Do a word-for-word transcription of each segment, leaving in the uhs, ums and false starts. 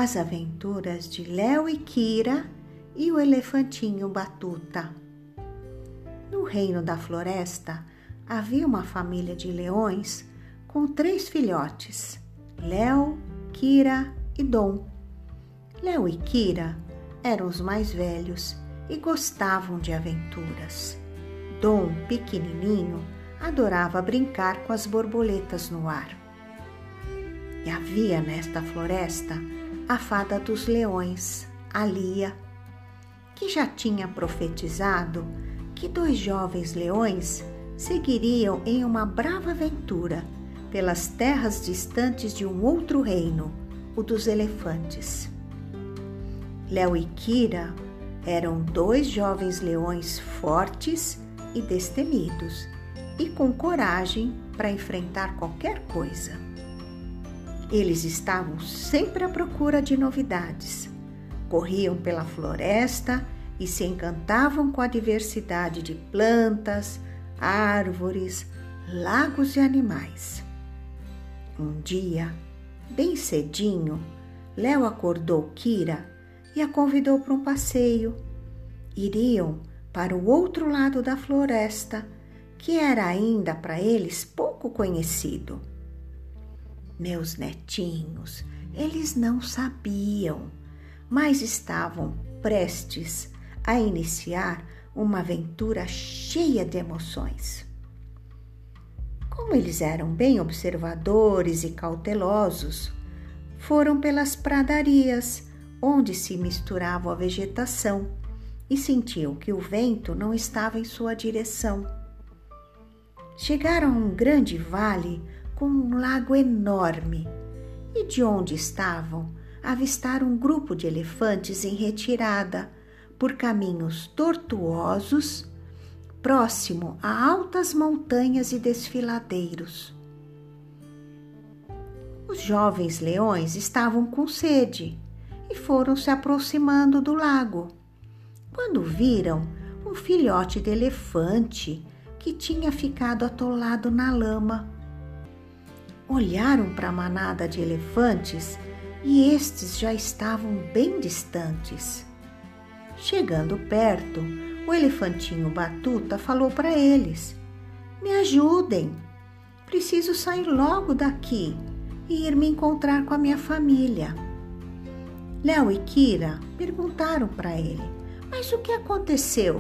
As aventuras de Léo e Kira e o elefantinho Batuta. No reino da floresta havia uma família de leões com três filhotes, Léo, Kira e Dom. Léo e Kira eram os mais velhos e gostavam de aventuras. Dom, pequenininho, adorava brincar com as borboletas no ar. E havia nesta floresta a fada dos leões, a Lia, que já tinha profetizado que dois jovens leões seguiriam em uma brava aventura pelas terras distantes de um outro reino, o dos elefantes. Léo e Kira eram dois jovens leões fortes e destemidos e com coragem para enfrentar qualquer coisa. Eles estavam sempre à procura de novidades, corriam pela floresta e se encantavam com a diversidade de plantas, árvores, lagos e animais. Um dia, bem cedinho, Léo acordou Kira e a convidou para um passeio. Iriam para o outro lado da floresta, que era ainda para eles pouco conhecido. Meus netinhos, eles não sabiam, mas estavam prestes a iniciar uma aventura cheia de emoções. Como eles eram bem observadores e cautelosos, foram pelas pradarias, onde se misturava a vegetação, e sentiam que o vento não estava em sua direção. Chegaram a um grande vale com um lago enorme, e de onde estavam, avistaram um grupo de elefantes em retirada por caminhos tortuosos, próximo a altas montanhas e desfiladeiros. Os jovens leões estavam com sede e foram se aproximando do lago, quando viram um filhote de elefante que tinha ficado atolado na lama. Olharam para a manada de elefantes e estes já estavam bem distantes. Chegando perto, o elefantinho Batuta falou para eles: "Me ajudem, preciso sair logo daqui e ir me encontrar com a minha família." Léo e Kira perguntaram para ele: "Mas o que aconteceu?"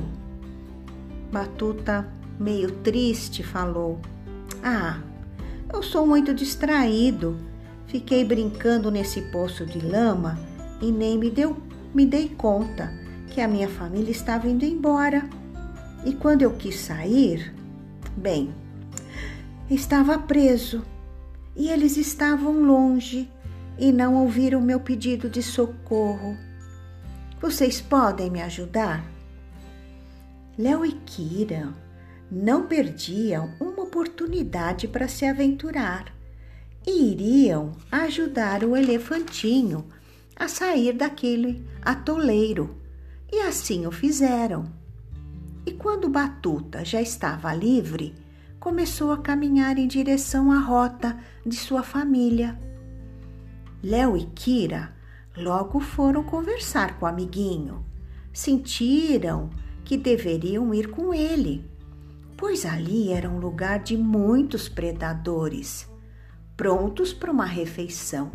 Batuta, meio triste, falou: "Ah, eu sou muito distraído. Fiquei brincando nesse poço de lama e nem me, deu, me dei conta que a minha família estava indo embora. E quando eu quis sair, bem, estava preso e eles estavam longe e não ouviram meu pedido de socorro. Vocês podem me ajudar?" Léo e Kira não perdiam uma oportunidade para se aventurar e iriam ajudar o elefantinho a sair daquele atoleiro, e assim o fizeram. E quando Batuta já estava livre, começou a caminhar em direção à rota de sua família. Léo e Kira logo foram conversar com o amiguinho. Sentiram que deveriam ir com ele, pois ali era um lugar de muitos predadores, prontos para uma refeição.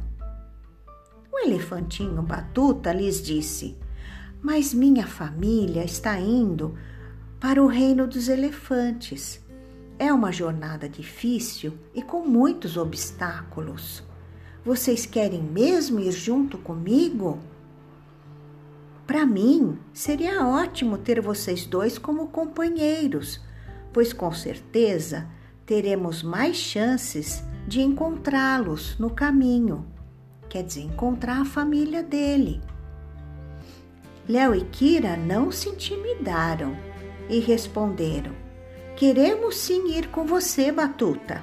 O elefantinho Batuta lhes disse: "Mas minha família está indo para o reino dos elefantes. É uma jornada difícil e com muitos obstáculos. Vocês querem mesmo ir junto comigo? Para mim, seria ótimo ter vocês dois como companheiros, pois com certeza teremos mais chances de encontrá-los no caminho." Quer dizer, encontrar a família dele. Léo e Kira não se intimidaram e responderam: "Queremos sim ir com você, Batuta."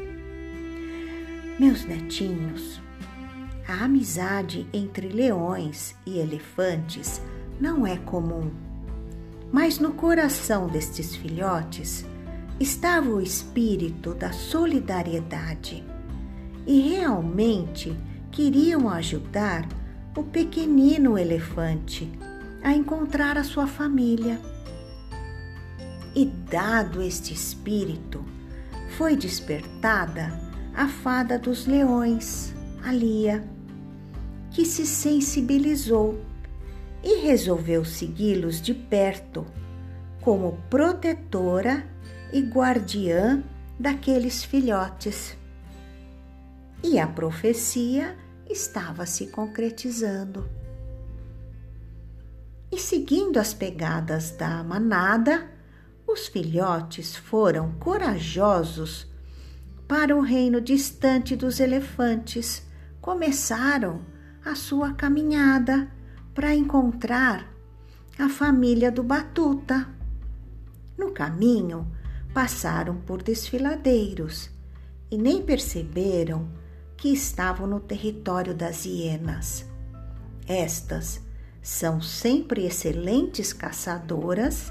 Meus netinhos, a amizade entre leões e elefantes não é comum, mas no coração destes filhotes estava o espírito da solidariedade e realmente queriam ajudar o pequenino elefante a encontrar a sua família. E dado este espírito, foi despertada a fada dos leões, a Lia, que se sensibilizou e resolveu segui-los de perto, como protetora e guardiã daqueles filhotes. E a profecia estava se concretizando. E seguindo as pegadas da manada, os filhotes foram corajosos para o reino distante dos elefantes. Começaram a sua caminhada para encontrar a família do Batuta. No caminho, passaram por desfiladeiros e nem perceberam que estavam no território das hienas. Estas são sempre excelentes caçadoras,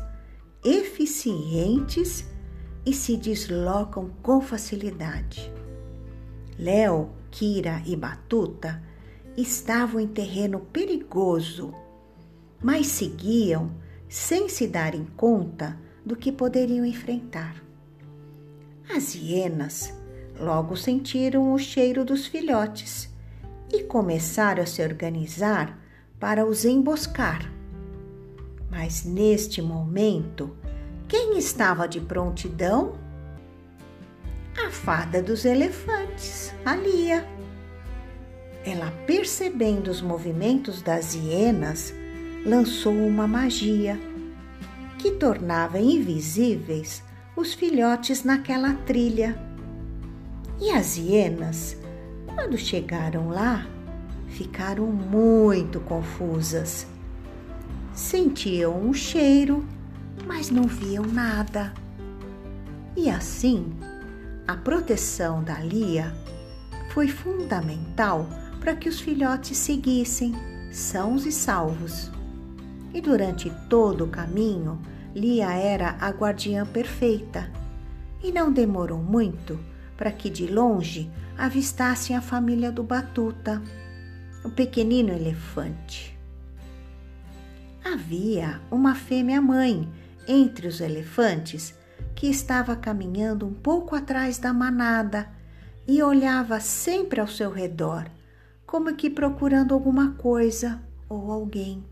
eficientes e se deslocam com facilidade. Léo, Kira e Batuta estavam em terreno perigoso, mas seguiam sem se darem conta do que poderiam enfrentar. As hienas logo sentiram o cheiro dos filhotes e começaram a se organizar para os emboscar. Mas neste momento, quem estava de prontidão? A fada dos elefantes, a Lia. Ela, percebendo os movimentos das hienas, lançou uma magia que tornava invisíveis os filhotes naquela trilha. E as hienas, quando chegaram lá, ficaram muito confusas. Sentiam um cheiro, mas não viam nada. E assim, a proteção da Lia foi fundamental para que os filhotes seguissem sãos e salvos. E durante todo o caminho, Lia era a guardiã perfeita. E não demorou muito para que de longe avistassem a família do Batuta, o pequenino elefante. Havia uma fêmea-mãe entre os elefantes que estava caminhando um pouco atrás da manada e olhava sempre ao seu redor, como que procurando alguma coisa ou alguém.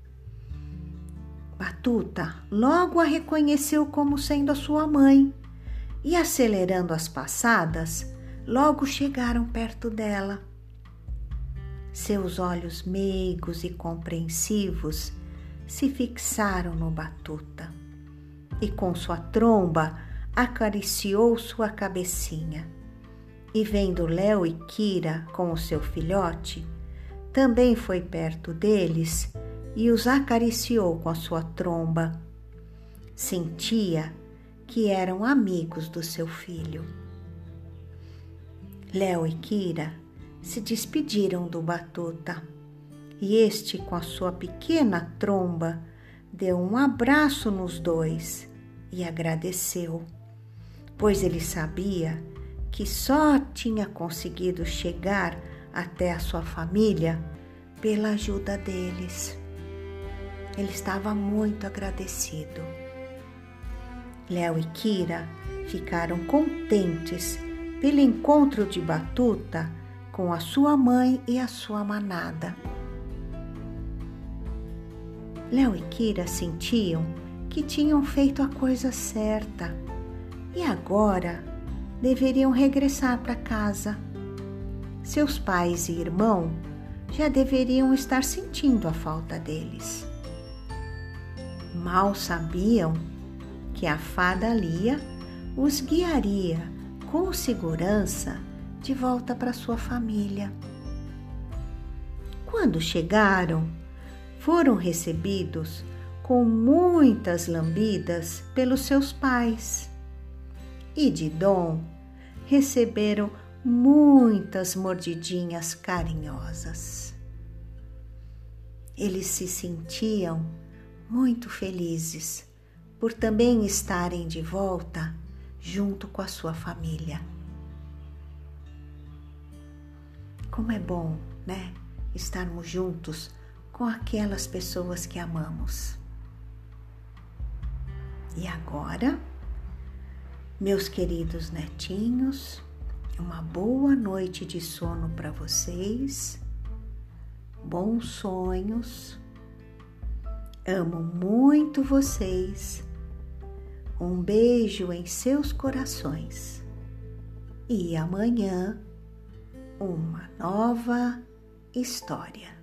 Batuta logo a reconheceu como sendo a sua mãe e, acelerando as passadas, logo chegaram perto dela. Seus olhos meigos e compreensivos se fixaram no Batuta e com sua tromba acariciou sua cabecinha. E vendo Léo e Kira com o seu filhote, também foi perto deles e os acariciou com a sua tromba. Sentia que eram amigos do seu filho. Léo e Kira se despediram do Batuta e este, com a sua pequena tromba, deu um abraço nos dois e agradeceu, pois ele sabia que só tinha conseguido chegar até a sua família pela ajuda deles. Ele estava muito agradecido. Léo e Kira ficaram contentes pelo encontro de Batuta com a sua mãe e a sua manada. Léo e Kira sentiam que tinham feito a coisa certa e agora deveriam regressar para casa. Seus pais e irmão já deveriam estar sentindo a falta deles. Mal sabiam que a fada Lia os guiaria com segurança de volta para sua família. Quando chegaram, foram recebidos com muitas lambidas pelos seus pais e de Dom receberam muitas mordidinhas carinhosas. Eles se sentiam muito felizes por também estarem de volta junto com a sua família. Como é bom, né? estarmos juntos com aquelas pessoas que amamos. E agora, meus queridos netinhos, uma boa noite de sono para vocês, bons sonhos, amo muito vocês, um beijo em seus corações e amanhã uma nova história.